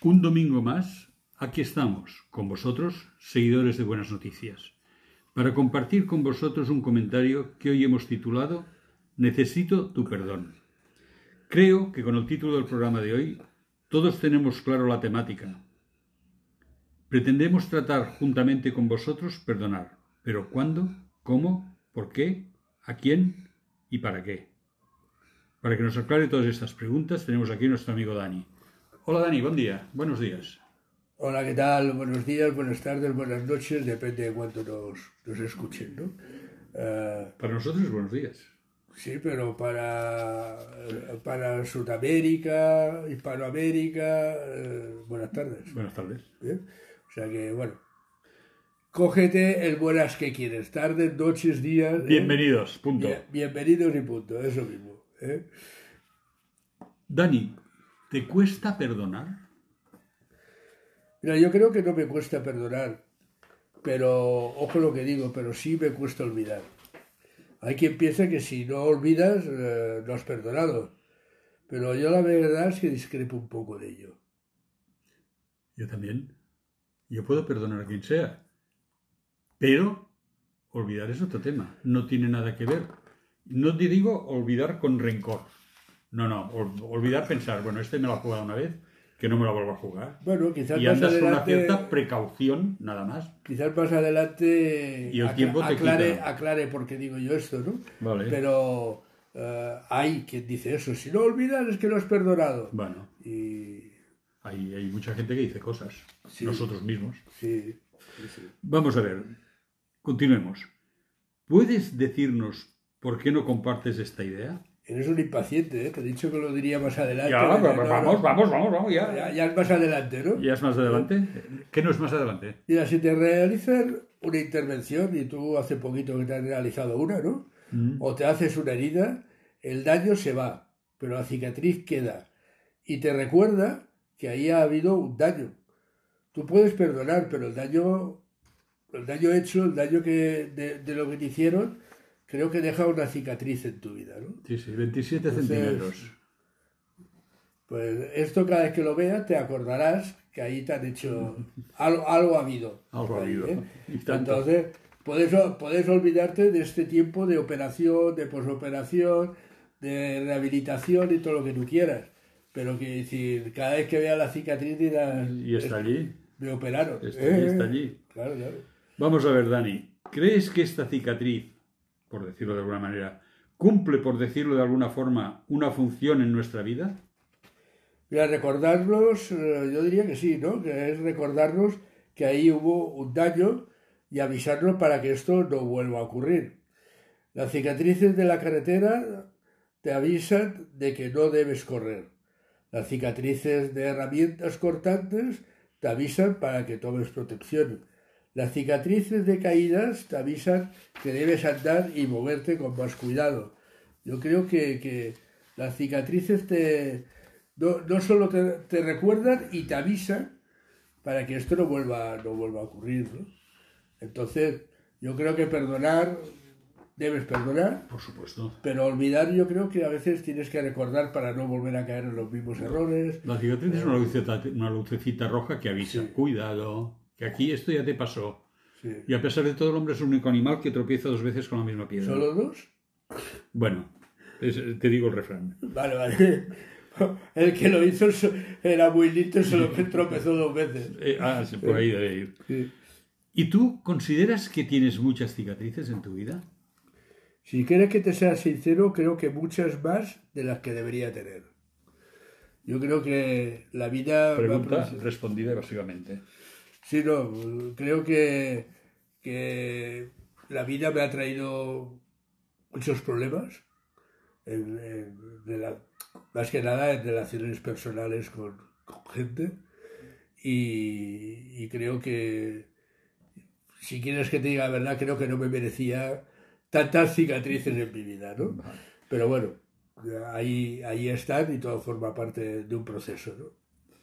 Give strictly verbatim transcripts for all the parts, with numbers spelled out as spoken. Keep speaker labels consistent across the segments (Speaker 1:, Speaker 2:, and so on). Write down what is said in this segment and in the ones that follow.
Speaker 1: Un domingo más, aquí estamos, con vosotros, seguidores de Buenas Noticias, para compartir con vosotros un comentario que hoy hemos titulado Necesito tu perdón. Creo que con el título del programa de hoy todos tenemos claro la temática. Pretendemos tratar juntamente con vosotros perdonar, pero ¿cuándo? ¿Cómo? ¿Por qué? ¿A quién? ¿Y para qué? Para que nos aclare todas estas preguntas tenemos aquí a nuestro amigo Dani. Hola Dani, buen día, buenos días.
Speaker 2: Hola, ¿qué tal? Buenos días, buenas tardes, buenas noches, depende de cuánto nos, nos escuchen, ¿no? Uh,
Speaker 1: para nosotros es buenos días.
Speaker 2: Sí, pero para, para Sudamérica, Hispanoamérica, uh, buenas tardes.
Speaker 1: Buenas tardes.
Speaker 2: ¿Eh? O sea que, bueno, cógete el buenas que quieres, tardes, noches, días.
Speaker 1: Bienvenidos,
Speaker 2: ¿eh?
Speaker 1: punto.
Speaker 2: Bien, bienvenidos y punto, eso mismo. ¿eh?
Speaker 1: Dani, ¿te cuesta perdonar?
Speaker 2: Mira, yo creo que no me cuesta perdonar, pero, ojo lo que digo, pero sí me cuesta olvidar. Hay quien piensa que si no olvidas, eh, no has perdonado. Pero yo la verdad es que discrepo un poco de ello.
Speaker 1: Yo también. Yo puedo perdonar a quien sea. Pero olvidar es otro tema. No tiene nada que ver. No te digo olvidar con rencor. No, no. Olvidar pensar, bueno, este me lo ha jugado una vez, que no me lo vuelvo a jugar.
Speaker 2: Bueno, quizás
Speaker 1: y
Speaker 2: más
Speaker 1: andas
Speaker 2: adelante,
Speaker 1: con una cierta precaución, nada más.
Speaker 2: Quizás más adelante
Speaker 1: y el tiempo te
Speaker 2: aclare,
Speaker 1: quita.
Speaker 2: aclare por qué digo yo esto, ¿no?
Speaker 1: Vale.
Speaker 2: Pero uh, hay quien dice eso. Si no olvidas es que lo has perdonado.
Speaker 1: Bueno.
Speaker 2: Y...
Speaker 1: Hay, hay mucha gente que dice cosas. Sí. Nosotros mismos.
Speaker 2: Sí, sí, sí.
Speaker 1: Vamos a ver. Continuemos. ¿Puedes decirnos por qué no compartes esta idea?
Speaker 2: Eres un impaciente, ¿eh? Te he dicho que lo diría más adelante.
Speaker 1: Ya,
Speaker 2: no,
Speaker 1: vamos,
Speaker 2: no,
Speaker 1: vamos,
Speaker 2: no.
Speaker 1: vamos, vamos, vamos, ya.
Speaker 2: ya. Ya es más adelante, ¿no?
Speaker 1: ¿Ya es más adelante? ¿Qué no es más adelante?
Speaker 2: Mira, si te realizan una intervención, y tú hace poquito que te has realizado una, ¿no? Mm. O te haces una herida, el daño se va, pero la cicatriz queda. Y te recuerda que ahí ha habido un daño. Tú puedes perdonar, pero el daño, el daño hecho, el daño que de, de lo que te hicieron, creo que deja una cicatriz en tu vida, ¿no?
Speaker 1: Sí, sí, veintisiete Entonces, centímetros.
Speaker 2: Pues esto cada vez que lo veas te acordarás que ahí te han hecho... Algo, algo ha habido.
Speaker 1: Algo ha habido.
Speaker 2: ¿eh? Entonces, puedes, puedes olvidarte de este tiempo de operación, de posoperación, de rehabilitación y todo lo que tú quieras. Pero que decir, cada vez que veas la cicatriz dirás...
Speaker 1: Y está allí.
Speaker 2: Me operaron.
Speaker 1: Está allí,
Speaker 2: ¿eh?
Speaker 1: está allí.
Speaker 2: Claro, claro.
Speaker 1: Vamos a ver, Dani. ¿Crees que esta cicatriz, por decirlo de alguna manera, cumple, por decirlo de alguna forma, una función en nuestra vida?
Speaker 2: Mira, recordarnos, yo diría que sí, ¿no? Que es recordarnos que ahí hubo un daño y avisarnos para que esto no vuelva a ocurrir. Las cicatrices de la carretera te avisan de que no debes correr. Las cicatrices de herramientas cortantes te avisan para que tomes protección. Las cicatrices de caídas te avisan que debes andar y moverte con más cuidado. Yo creo que, que las cicatrices te... No, no solo te, te recuerdan y te avisan para que esto no vuelva, no vuelva a ocurrir, ¿no? Entonces, yo creo que perdonar, debes perdonar.
Speaker 1: Por supuesto.
Speaker 2: Pero olvidar yo creo que a veces tienes que recordar para no volver a caer en los mismos errores.
Speaker 1: La cicatriz eh, es una lucecita, una lucecita roja que avisa, sí. Cuidado, que aquí esto ya te pasó.
Speaker 2: Sí.
Speaker 1: Y a pesar de todo, el hombre es el único animal que tropieza dos veces con la misma piedra.
Speaker 2: ¿Solo dos?
Speaker 1: Bueno, es, te digo el refrán.
Speaker 2: Vale, vale. El que lo hizo era muy listo, solo que tropezó dos veces.
Speaker 1: Eh, ah, sí, por ahí debe ir.
Speaker 2: Sí.
Speaker 1: ¿Y tú consideras que tienes muchas cicatrices en tu vida?
Speaker 2: Si quieres que te sea sincero, creo que muchas más de las que debería tener. Yo creo que la vida...
Speaker 1: Pregunta respondida básicamente.
Speaker 2: Sí, no, creo que, que la vida me ha traído muchos problemas. En, en, de la, más que nada en relaciones personales con, con gente y, y creo que si quieres que te diga la verdad creo que no me merecía tantas cicatrices en mi vida, ¿no? Pero bueno, ahí, ahí están y todo forma parte de un proceso, ¿no?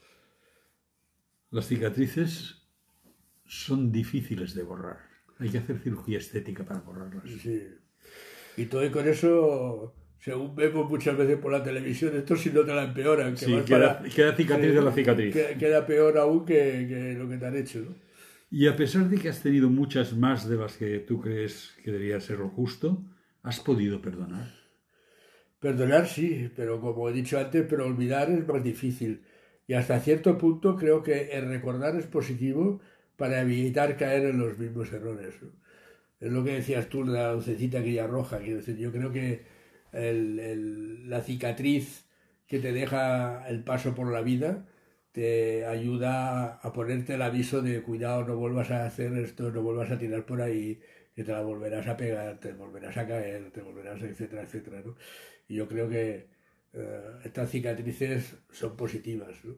Speaker 1: Las cicatrices son difíciles de borrar, hay que hacer cirugía estética para borrarlas.
Speaker 2: Sí. Y todo y con eso según vemos muchas veces por la televisión, esto si no te la empeoran. Que
Speaker 1: Sí,
Speaker 2: vas
Speaker 1: queda,
Speaker 2: para-
Speaker 1: queda cicatriz de la cicatriz.
Speaker 2: que- Queda peor aún que, que lo que te han hecho, ¿no?
Speaker 1: Y a pesar de que has tenido muchas más de las que tú crees que debería ser lo justo, ¿has podido perdonar?
Speaker 2: Perdonar sí, pero como he dicho antes, pero olvidar es más difícil. Y hasta cierto punto creo que el recordar es positivo para evitar caer en los mismos errores, ¿no? Es lo que decías tú, la lucecita aquella roja. Quiero decir, yo creo que el- el- la cicatriz que te deja el paso por la vida te ayuda a ponerte el aviso de cuidado, no vuelvas a hacer esto, no vuelvas a tirar por ahí, que te la volverás a pegar, te volverás a caer, te volverás, etcétera, etcétera, ¿no? Y yo creo que eh, estas cicatrices son positivas, ¿no?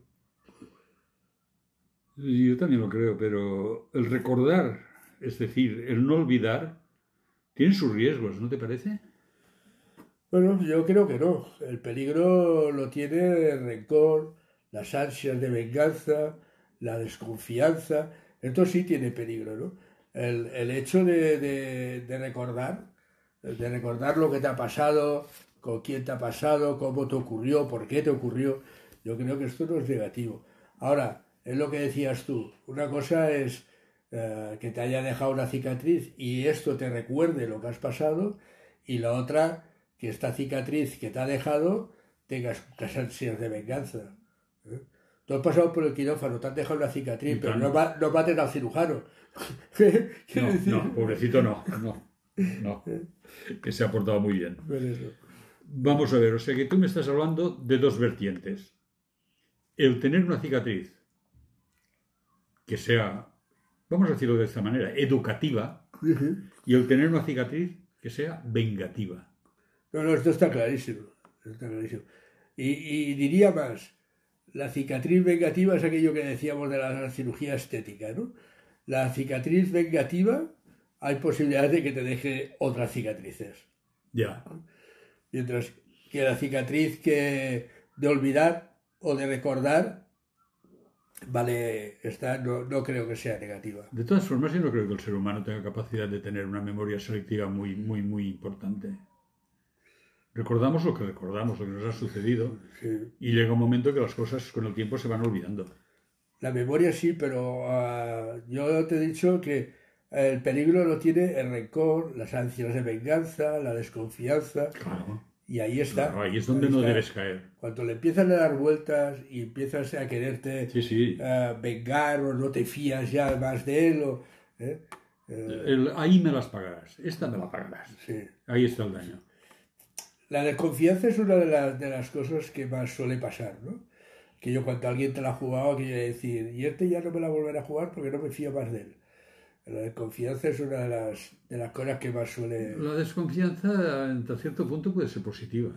Speaker 1: Yo también lo creo, pero el recordar, es decir, el no olvidar, tiene sus riesgos, ¿no te parece?
Speaker 2: Bueno, yo creo que no. El peligro lo tiene el rencor, las ansias de venganza, la desconfianza. Esto sí tiene peligro, ¿no? El, el hecho de, de- de recordar, de recordar lo que te ha pasado, con quién te ha pasado, cómo te ocurrió, por qué te ocurrió, yo creo que esto no es negativo. Ahora, es lo que decías tú. Una cosa es eh, que te haya dejado una cicatriz y esto te recuerde lo que has pasado, y la otra que esta cicatriz que te ha dejado tengas muchas ansias de venganza. ¿eh? Tú has pasado por el quirófano, te han dejado una cicatriz,
Speaker 1: Y
Speaker 2: pero
Speaker 1: tanto.
Speaker 2: no, va, no mates al cirujano. Quiero
Speaker 1: No,
Speaker 2: decir,
Speaker 1: no, pobrecito no, no, no, que se ha portado muy bien.
Speaker 2: pues eso.
Speaker 1: Vamos a ver, o sea que tú me estás hablando de dos vertientes. El tener una cicatriz que sea, vamos a decirlo de esta manera, educativa, y el tener una cicatriz que sea vengativa.
Speaker 2: No, no, esto está clarísimo. Esto está clarísimo. Y, y diría más, la cicatriz vengativa es aquello que decíamos de la cirugía estética, ¿no? La cicatriz vengativa, hay posibilidades de que te deje otras cicatrices.
Speaker 1: Ya.
Speaker 2: Mientras que la cicatriz que de olvidar o de recordar, vale, esta no, no creo que sea negativa.
Speaker 1: De todas formas, yo no creo que el ser humano tenga capacidad de tener una memoria selectiva muy, muy, muy importante. Recordamos lo que recordamos, lo que nos ha sucedido,
Speaker 2: Sí.
Speaker 1: y llega un momento que las cosas con el tiempo se van olvidando.
Speaker 2: La memoria sí, pero uh, yo te he dicho que el peligro lo tiene el rencor, las ansias de venganza, la desconfianza,
Speaker 1: Claro,
Speaker 2: y ahí está.
Speaker 1: claro, ahí es donde
Speaker 2: Ahí
Speaker 1: no
Speaker 2: está.
Speaker 1: debes caer.
Speaker 2: Cuando le empiezan a dar vueltas y empiezas a quererte
Speaker 1: Sí, sí.
Speaker 2: uh, vengar o no te fías ya más de él, o, ¿eh? Eh,
Speaker 1: El, ahí me las pagarás, esta me la pagarás.
Speaker 2: sí.
Speaker 1: Ahí está el daño.
Speaker 2: La desconfianza es una de las, de las cosas que más suele pasar, ¿no? Que yo cuando alguien te la ha jugado, quiere decir, y este ya no me la volverá a jugar porque no me fío más de él. La desconfianza es una de las, de las cosas que más suele...
Speaker 1: La desconfianza, hasta cierto punto, puede ser positiva.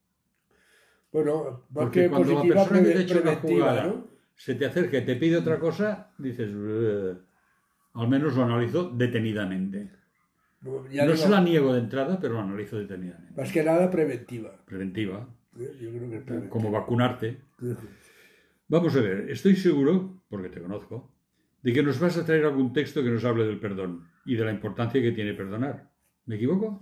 Speaker 2: Bueno, más
Speaker 1: Porque
Speaker 2: que
Speaker 1: cuando la
Speaker 2: positiva,
Speaker 1: persona que te ha
Speaker 2: pre-
Speaker 1: hecho una
Speaker 2: preventiva,
Speaker 1: jugada
Speaker 2: ¿no?
Speaker 1: se te acerca y te pide otra cosa, dices, "Ugh". Al menos lo analizo detenidamente.
Speaker 2: Ya
Speaker 1: No
Speaker 2: digo,
Speaker 1: se la niego de entrada, pero lo analizo detenidamente.
Speaker 2: más que nada preventiva.
Speaker 1: Preventiva,
Speaker 2: ¿eh? Yo creo que es preventiva.
Speaker 1: como vacunarte. Vamos a ver, estoy seguro, porque te conozco, de que nos vas a traer algún texto que nos hable del perdón y de la importancia que tiene perdonar. ¿Me equivoco?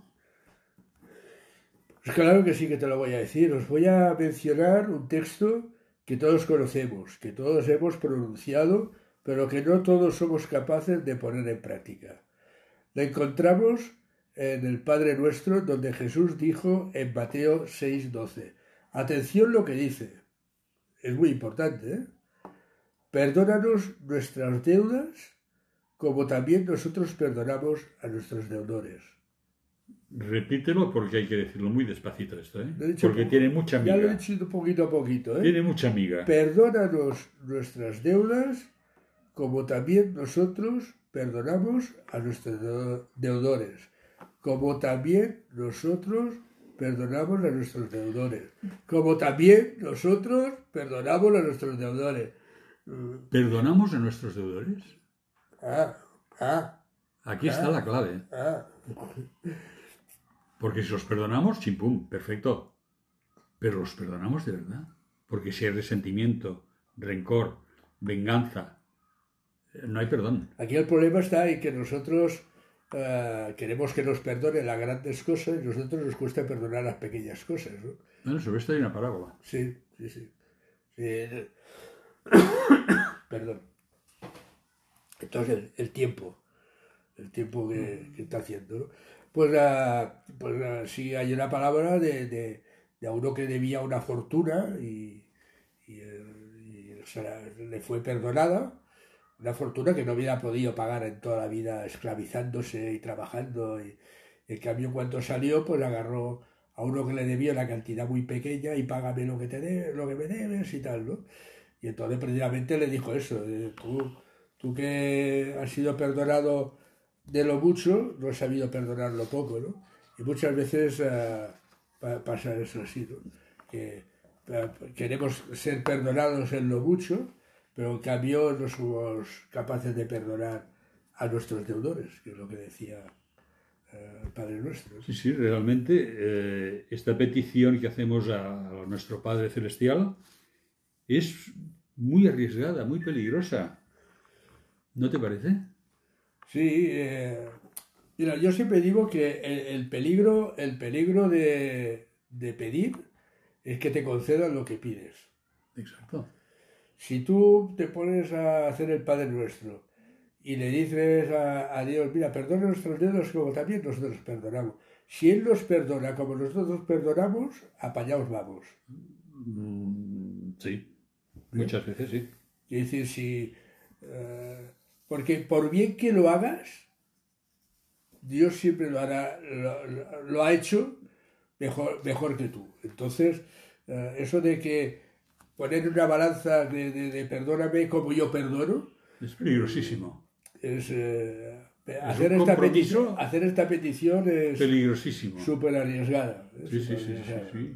Speaker 2: Pues claro que sí que te lo voy a decir. Os voy a mencionar un texto que todos conocemos, que todos hemos pronunciado, pero que no todos somos capaces de poner en práctica. Lo encontramos en el Padre Nuestro, donde Jesús dijo en Mateo seis doce. Atención lo que dice. Es muy importante, ¿eh? Perdónanos nuestras deudas, como también nosotros perdonamos a nuestros deudores.
Speaker 1: Repítelo porque hay que decirlo muy despacito esto, ¿eh?
Speaker 2: Lo he dicho
Speaker 1: Porque
Speaker 2: po-
Speaker 1: tiene mucha
Speaker 2: Ya lo he
Speaker 1: miga.
Speaker 2: dicho poquito a poquito, ¿eh?
Speaker 1: Tiene mucha miga.
Speaker 2: Perdónanos nuestras deudas, como también nosotros perdonamos a nuestros deu- deudores. Como también nosotros perdonamos a nuestros deudores. Como también nosotros perdonamos a nuestros deudores. Mm,
Speaker 1: ¿Perdonamos a nuestros deudores?
Speaker 2: Ah, ah,
Speaker 1: Aquí está la clave.
Speaker 2: ah.
Speaker 1: Porque si los perdonamos, chimpum, perfecto. Pero los perdonamos de verdad. Porque si hay resentimiento, rencor, venganza, eh, no hay perdón.
Speaker 2: Aquí el problema está en que nosotros uh, queremos que nos perdone las grandes cosas y a nosotros nos cuesta perdonar las pequeñas cosas, ¿no?
Speaker 1: Bueno, sobre esto hay una parábola.
Speaker 2: Sí, sí, sí. sí. Perdón. Entonces, el, el tiempo, el tiempo que, que está haciendo, ¿no? Pues, uh, pues uh, sí hay una palabra de, de, de a uno que debía una fortuna y, y, y o sea, le fue perdonada, una fortuna que no hubiera podido pagar en toda la vida esclavizándose y trabajando. Y, en cambio, cuando salió, pues agarró a uno que le debía una cantidad muy pequeña y págame lo que, te de, lo que me debes y tal, ¿no? Y entonces precisamente le dijo eso, tú, tú que has sido perdonado de lo mucho, no has sabido perdonar lo poco, ¿no? Y muchas veces uh, pasa eso así, ¿no? Que uh, queremos ser perdonados en lo mucho, pero en cambio no somos capaces de perdonar a nuestros deudores, que es lo que decía uh, el Padre Nuestro.
Speaker 1: Sí, sí, realmente eh, esta petición que hacemos a, a nuestro Padre Celestial es muy arriesgada, muy peligrosa. ¿No te parece?
Speaker 2: Sí, eh, mira, yo siempre digo que el, el peligro, el peligro de, de pedir es que te concedan lo que pides.
Speaker 1: Exacto.
Speaker 2: Si tú te pones a hacer el Padre Nuestro y le dices a, a Dios, mira, perdona nuestros dedos como también nosotros perdonamos. Si Él nos perdona como nosotros perdonamos, apañaos vamos.
Speaker 1: Mm, sí. Muchas veces sí.
Speaker 2: Es decir, si, uh, porque por bien que lo hagas, Dios siempre lo hará, lo, lo, lo ha hecho mejor, mejor que tú. Entonces, uh, eso de que poner una balanza de, de, de perdóname como yo perdono,
Speaker 1: es peligrosísimo.
Speaker 2: Es, uh,
Speaker 1: es
Speaker 2: hacer, esta petición, hacer esta petición es
Speaker 1: peligrosísimo.
Speaker 2: Súper arriesgada.
Speaker 1: Sí, sí, sí, sí, sí.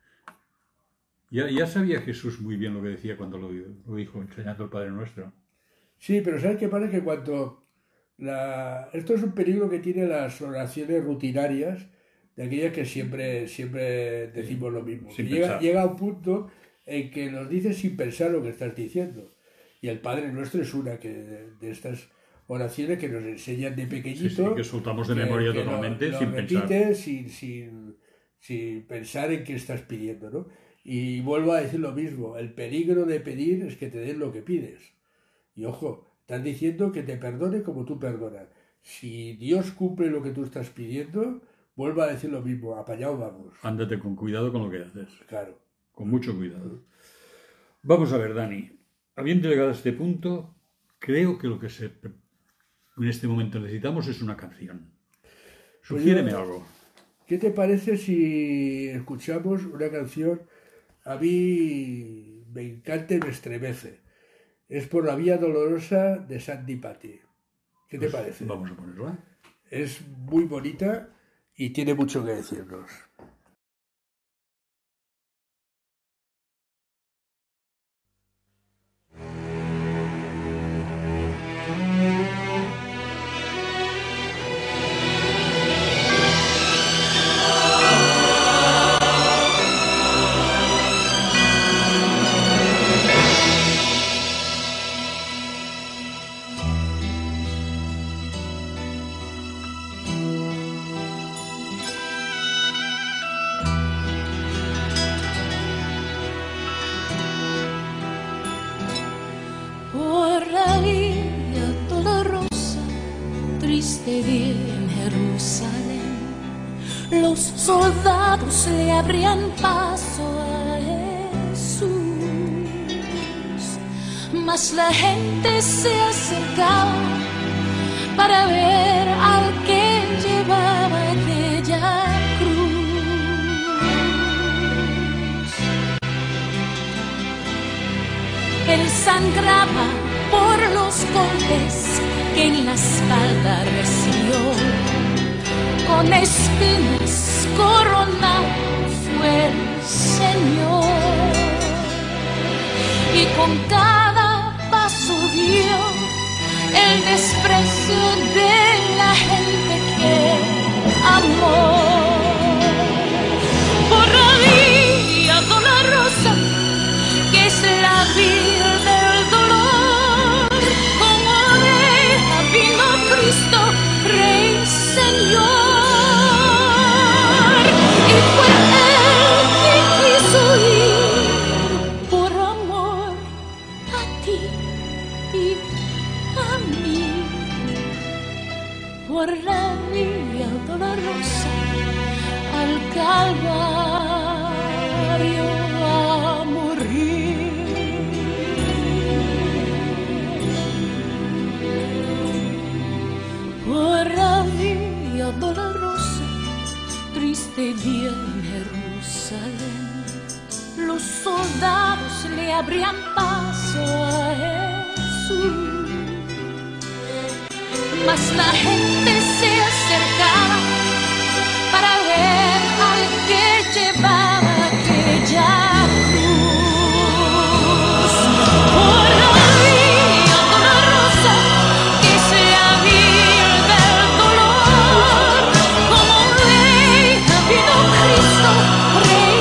Speaker 1: Ya, ya sabía Jesús muy bien lo que decía cuando lo, lo dijo, enseñando el Padre Nuestro.
Speaker 2: Sí, pero ¿sabes qué pasa? Que cuando... La... Esto es un peligro que tienen las oraciones rutinarias, de aquellas que siempre, siempre decimos lo mismo. Que llega, llega a un punto en que nos dices sin pensar lo que estás diciendo. Y el Padre Nuestro es una que de, de estas oraciones que nos enseñan de pequeñito.
Speaker 1: Sí, sí, que soltamos de que, memoria que totalmente
Speaker 2: lo,
Speaker 1: sin
Speaker 2: lo
Speaker 1: pensar.
Speaker 2: Sin, sin, sin pensar en qué estás pidiendo, ¿no? Y vuelvo a decir lo mismo, el peligro de pedir es que te den lo que pides. Y ojo, estás diciendo que te perdone como tú perdonas. Si Dios cumple lo que tú estás pidiendo, vuelvo a decir lo mismo, apañado vamos.
Speaker 1: Ándate con cuidado con lo que haces.
Speaker 2: Claro.
Speaker 1: Con mucho cuidado. Vamos a ver, Dani, habiendo llegado a este punto, creo que lo que se, en este momento necesitamos es una canción. Sugiéreme pues yo, algo.
Speaker 2: ¿Qué te parece si escuchamos una canción? A mí me encanta y me estremece. Es Por la Vía Dolorosa de Sandy Patty. ¿Qué te pues parece?
Speaker 1: Vamos a ponerla.
Speaker 2: Es muy bonita y tiene mucho que decirnos.
Speaker 3: En Jerusalén los soldados le abrían paso a Jesús, mas la gente se acercaba para ver al que llevaba aquella cruz. Él sangraba por los golpes que en la espalda recibió, con espinas coronado fue el Señor, y con cada paso vio el desprecio de la gente que amó. Por la vía dolorosa que es la vía del dolor, Cristo, Rey por la vía dolorosa al Calvario a morir. Por la vía dolorosa, triste día en Jerusalén, los soldados le abrían paso a Jesús, mas la gente se acercaba para ver al que llevaba aquella cruz. Por la vía dolorosa, que es la vía del dolor, como ley vino Cristo, Rey,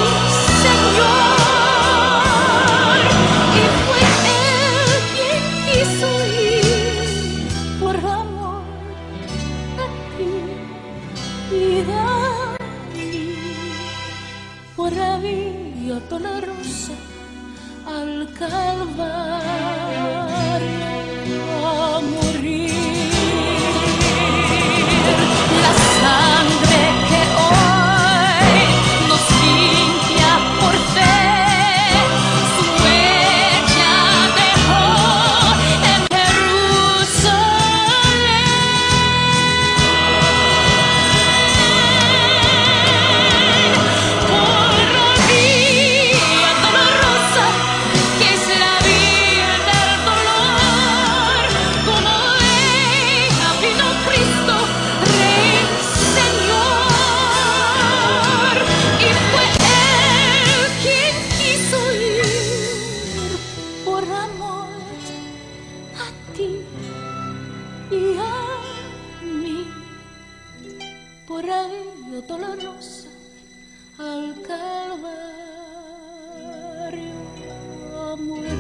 Speaker 3: Señor, y fue Él quien quiso ir por amor a ti y a mí, por la vía dolorosa al Calvario a morir. La sangre que hoy nos limpia por fe, su huella dejó en Jerusalén. Por la vía dolorosa, que es la vía del dolor, como ley vino Cristo, Rey, Señor, y fue Él quien quiso ir por amor a ti y a mí, por la vía dolorosa al Calvario a morir.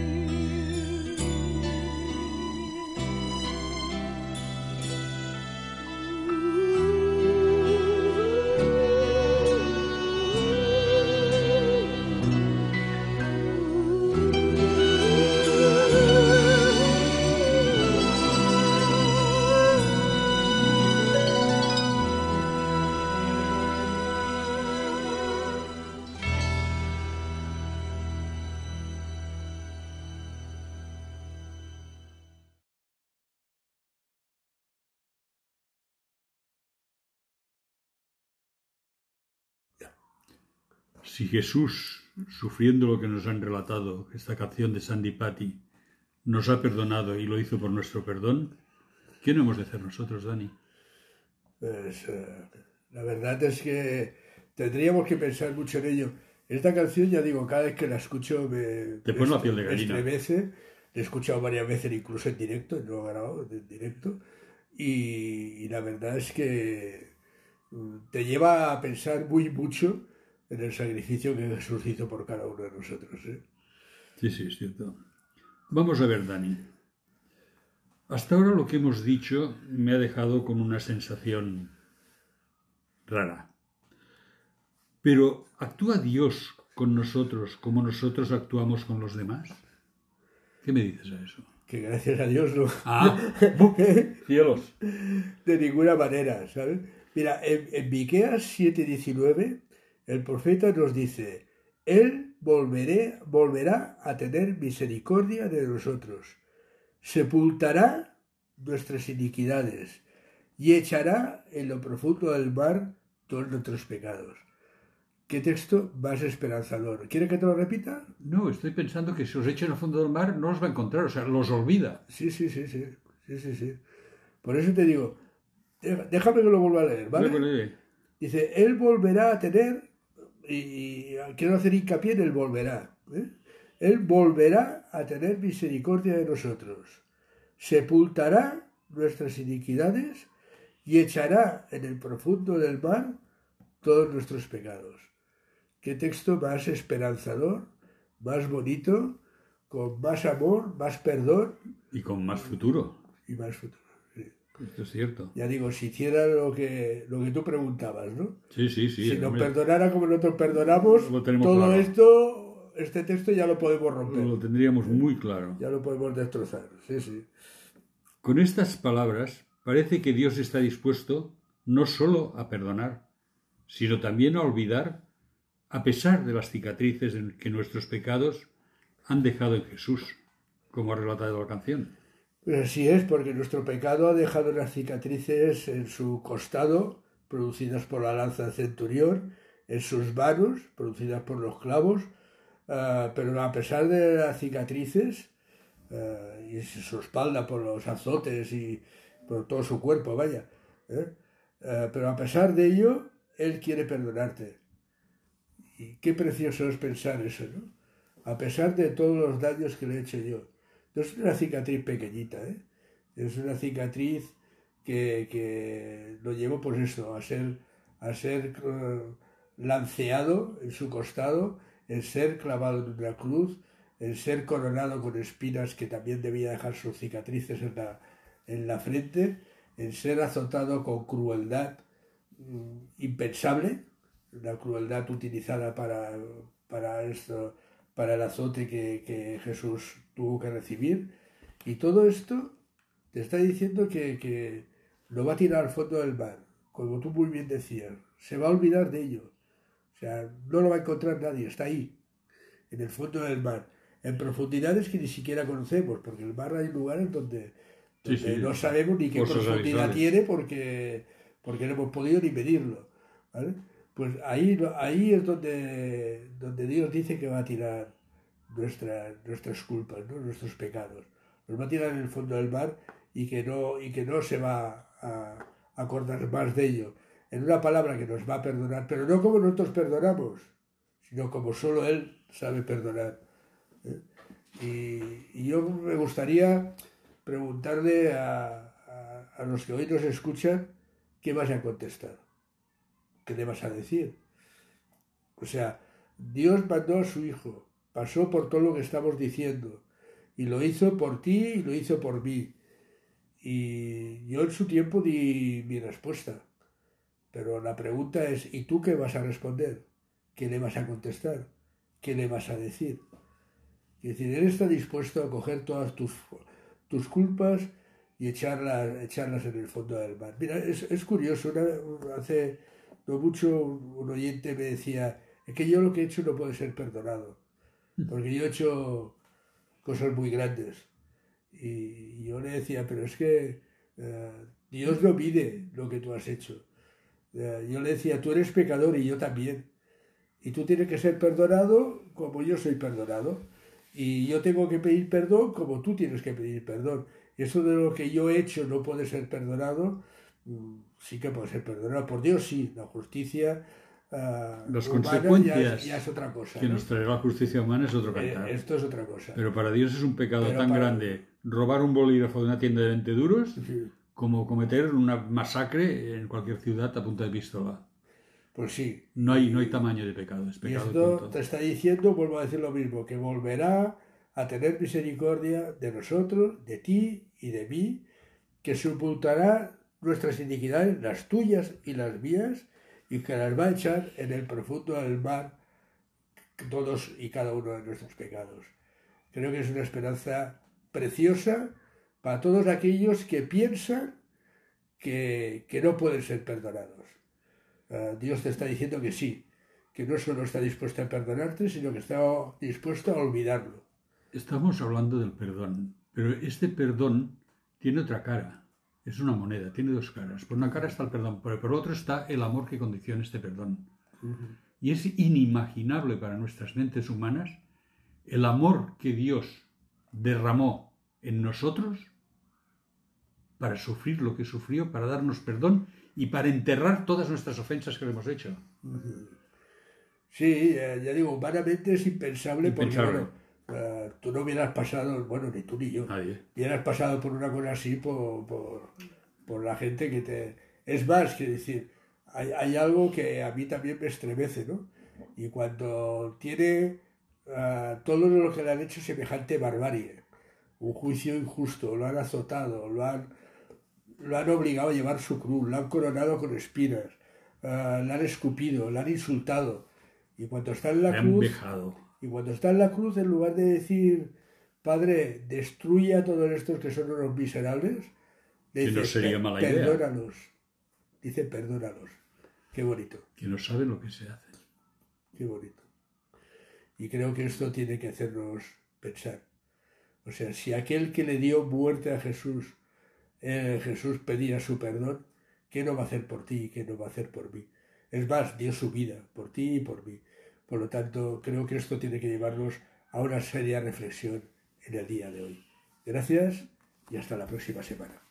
Speaker 1: Si Jesús, sufriendo lo que nos han relatado, esta canción de Sandy Patty, nos ha perdonado y lo hizo por nuestro perdón, ¿qué no hemos de hacer nosotros, Dani?
Speaker 2: Pues eh, la verdad es que tendríamos que pensar mucho en ello. Esta canción, ya digo, cada vez que la escucho me,
Speaker 1: Te pone la piel de gallina.
Speaker 2: estremece. La he escuchado varias veces, incluso en directo, no he grabado, en directo. Y, y la verdad es que te lleva a pensar muy mucho en el sacrificio que Jesús hizo por cada uno de nosotros, ¿eh?
Speaker 1: Sí, sí, es cierto. Vamos a ver, Dani. Hasta ahora lo que hemos dicho me ha dejado con una sensación rara. Pero ¿actúa Dios con nosotros como nosotros actuamos con los demás? ¿Qué me dices a eso?
Speaker 2: Que gracias a Dios no.
Speaker 1: Ah, cielos.
Speaker 2: De ninguna manera, ¿sabes? Mira, en, en Miqueas siete diecinueve, el profeta nos dice: Él volveré, volverá a tener misericordia de nosotros, sepultará nuestras iniquidades y echará en lo profundo del mar todos nuestros pecados. ¿Qué texto más esperanzador? ¿Quiere que te lo repita?
Speaker 1: No, estoy pensando que si os echen al fondo del mar no os va a encontrar, o sea, los olvida.
Speaker 2: Sí, sí, sí, sí, sí, sí, sí. Por eso te digo, déjame que lo vuelva a leer, ¿vale?
Speaker 1: Luego lee.
Speaker 2: Dice, Él volverá a tener, y, y quiero hacer hincapié en el volverá, ¿eh? Él volverá a tener misericordia de nosotros, sepultará nuestras iniquidades y echará en el profundo del mar todos nuestros pecados. Qué texto más esperanzador, más bonito, con más amor, más perdón.
Speaker 1: Y con más futuro.
Speaker 2: Y más futuro, sí.
Speaker 1: Esto es cierto.
Speaker 2: Ya digo, si hiciera lo que, lo que tú preguntabas, ¿no?
Speaker 1: Sí, sí, sí.
Speaker 2: Si nos
Speaker 1: hombre,
Speaker 2: perdonara como nosotros perdonamos,
Speaker 1: lo tenemos
Speaker 2: todo
Speaker 1: claro.
Speaker 2: esto, este texto ya lo podemos romper.
Speaker 1: Lo tendríamos muy claro.
Speaker 2: Ya lo podemos destrozar, sí, sí.
Speaker 1: Con estas palabras parece que Dios está dispuesto no solo a perdonar, sino también a olvidar, a pesar de las cicatrices que nuestros pecados han dejado en Jesús, como ha relatado la canción.
Speaker 2: Pues así es, porque nuestro pecado ha dejado unas cicatrices en su costado, producidas por la lanza del centurión, en sus manos, producidas por los clavos, uh, pero a pesar de las cicatrices, uh, y su espalda por los azotes y por todo su cuerpo, vaya, ¿eh? uh, pero a pesar de ello, Él quiere perdonarte. Y qué precioso es pensar eso, ¿no? A pesar de todos los daños que le he hecho yo. No es una cicatriz pequeñita, ¿eh? Es una cicatriz que, que lo llevo por eso, a ser, a ser uh, lanceado en su costado, en ser clavado en una cruz, en ser coronado con espinas que también debía dejar sus cicatrices en la, en la frente, en ser azotado con crueldad mm, impensable, la crueldad utilizada para, para esto, para el azote que, que Jesús tuvo que recibir. Y todo esto te está diciendo que, que lo va a tirar al fondo del mar, como tú muy bien decías. Se va a olvidar de ello. O sea, no lo va a encontrar nadie, está ahí, en el fondo del mar, en profundidades que ni siquiera conocemos, porque el mar hay lugares donde, donde sí, sí, no sabemos ni qué profundidad tiene porque, porque no hemos podido ni medirlo, ¿vale? Pues ahí, ahí es donde, donde Dios dice que va a tirar nuestra, nuestras culpas, ¿no? Nuestros pecados. Los va a tirar en el fondo del mar y que no, y que no se va a acordar más de ello. En una palabra que nos va a perdonar, pero no como nosotros perdonamos, sino como solo Él sabe perdonar. ¿eh? Y, y yo me gustaría preguntarle a, a, a los que hoy nos escuchan, ¿qué vas a contestar? ¿Qué le vas a decir? O sea, Dios mandó a su Hijo, pasó por todo lo que estamos diciendo, y lo hizo por ti y lo hizo por mí. Y yo en su tiempo di mi respuesta. Pero la pregunta es, ¿y tú qué vas a responder? ¿Qué le vas a contestar? ¿Qué le vas a decir? Es decir, Él está dispuesto a coger todas tus, tus culpas y echarlas, echarlas en el fondo del mar. Mira, es, es curioso, una, hace no mucho un oyente me decía, es que yo lo que he hecho no puede ser perdonado, porque yo he hecho cosas muy grandes. Y yo le decía, pero es que uh, Dios no mide lo que tú has hecho. Yo le decía, tú eres pecador y yo también. Y tú tienes que ser perdonado como yo soy perdonado. Y yo tengo que pedir perdón como tú tienes que pedir perdón. Eso de lo que yo he hecho no puede ser perdonado, sí que puede ser perdonado. Por Dios sí, la justicia uh,
Speaker 1: Las consecuencias
Speaker 2: ya es, ya es otra cosa.
Speaker 1: Que
Speaker 2: ¿no?
Speaker 1: nos traerá la justicia humana es otro cantar.
Speaker 2: Eh, esto es otra cosa.
Speaker 1: Pero para Dios es un pecado
Speaker 2: Pero
Speaker 1: tan
Speaker 2: para...
Speaker 1: grande robar un bolígrafo de una tienda de veinte duros
Speaker 2: Sí.
Speaker 1: como cometer una masacre en cualquier ciudad a punta de pistola.
Speaker 2: Pues sí.
Speaker 1: No hay, no hay tamaño de pecado. Es pecado
Speaker 2: y esto te está diciendo, vuelvo a decir lo mismo, que volverá a tener misericordia de nosotros, de ti y de mí, que sepultará nuestras iniquidades, las tuyas y las mías, y que las va a echar en el profundo del mar todos y cada uno de nuestros pecados. Creo que es una esperanza preciosa para todos aquellos que piensan que, que no pueden ser perdonados. Uh, Dios te está diciendo que sí, que no solo está dispuesto a perdonarte, sino que está dispuesto a olvidarlo.
Speaker 1: Estamos hablando del perdón, pero este perdón tiene otra cara. Es una moneda, tiene dos caras. Por una cara está el perdón, pero por otra está el amor que condiciona este perdón. Uh-huh. Y es inimaginable para nuestras mentes humanas el amor que Dios derramó en nosotros para sufrir lo que sufrió, para darnos perdón y para enterrar todas nuestras ofensas que le hemos hecho.
Speaker 2: Uh-huh. Sí, ya digo, humanamente es impensable,
Speaker 1: impensable.
Speaker 2: porque bueno, uh, tú no hubieras pasado, bueno, ni tú ni yo,
Speaker 1: Nadie.
Speaker 2: hubieras pasado por una cosa así por, por, por la gente que te... Es más, que decir, hay, hay algo que a mí también me estremece, ¿no? Y cuando tiene uh, todo lo que le han hecho semejante barbarie, un juicio injusto, lo han azotado, lo han, lo han obligado a llevar su cruz, lo han coronado con espinas, uh, le han escupido, le han insultado. Y cuando está en la
Speaker 1: Me
Speaker 2: cruz,
Speaker 1: han vejado.
Speaker 2: y cuando está en la cruz, en lugar de decir, Padre, destruye a todos estos que son unos miserables, Le
Speaker 1: Que no
Speaker 2: dice,
Speaker 1: sería
Speaker 2: "Per-
Speaker 1: mala idea".
Speaker 2: Perdónalos. Dice, perdónalos. Qué bonito,
Speaker 1: Que no saben lo que se hace.
Speaker 2: qué bonito. Y creo que esto tiene que hacernos pensar. O sea, si aquel que le dio muerte a Jesús, eh, Jesús pedía su perdón, ¿qué no va a hacer por ti y qué no va a hacer por mí? Es más, dio su vida por ti y por mí. Por lo tanto, creo que esto tiene que llevarnos a una seria reflexión en el día de hoy. Gracias y hasta la próxima semana.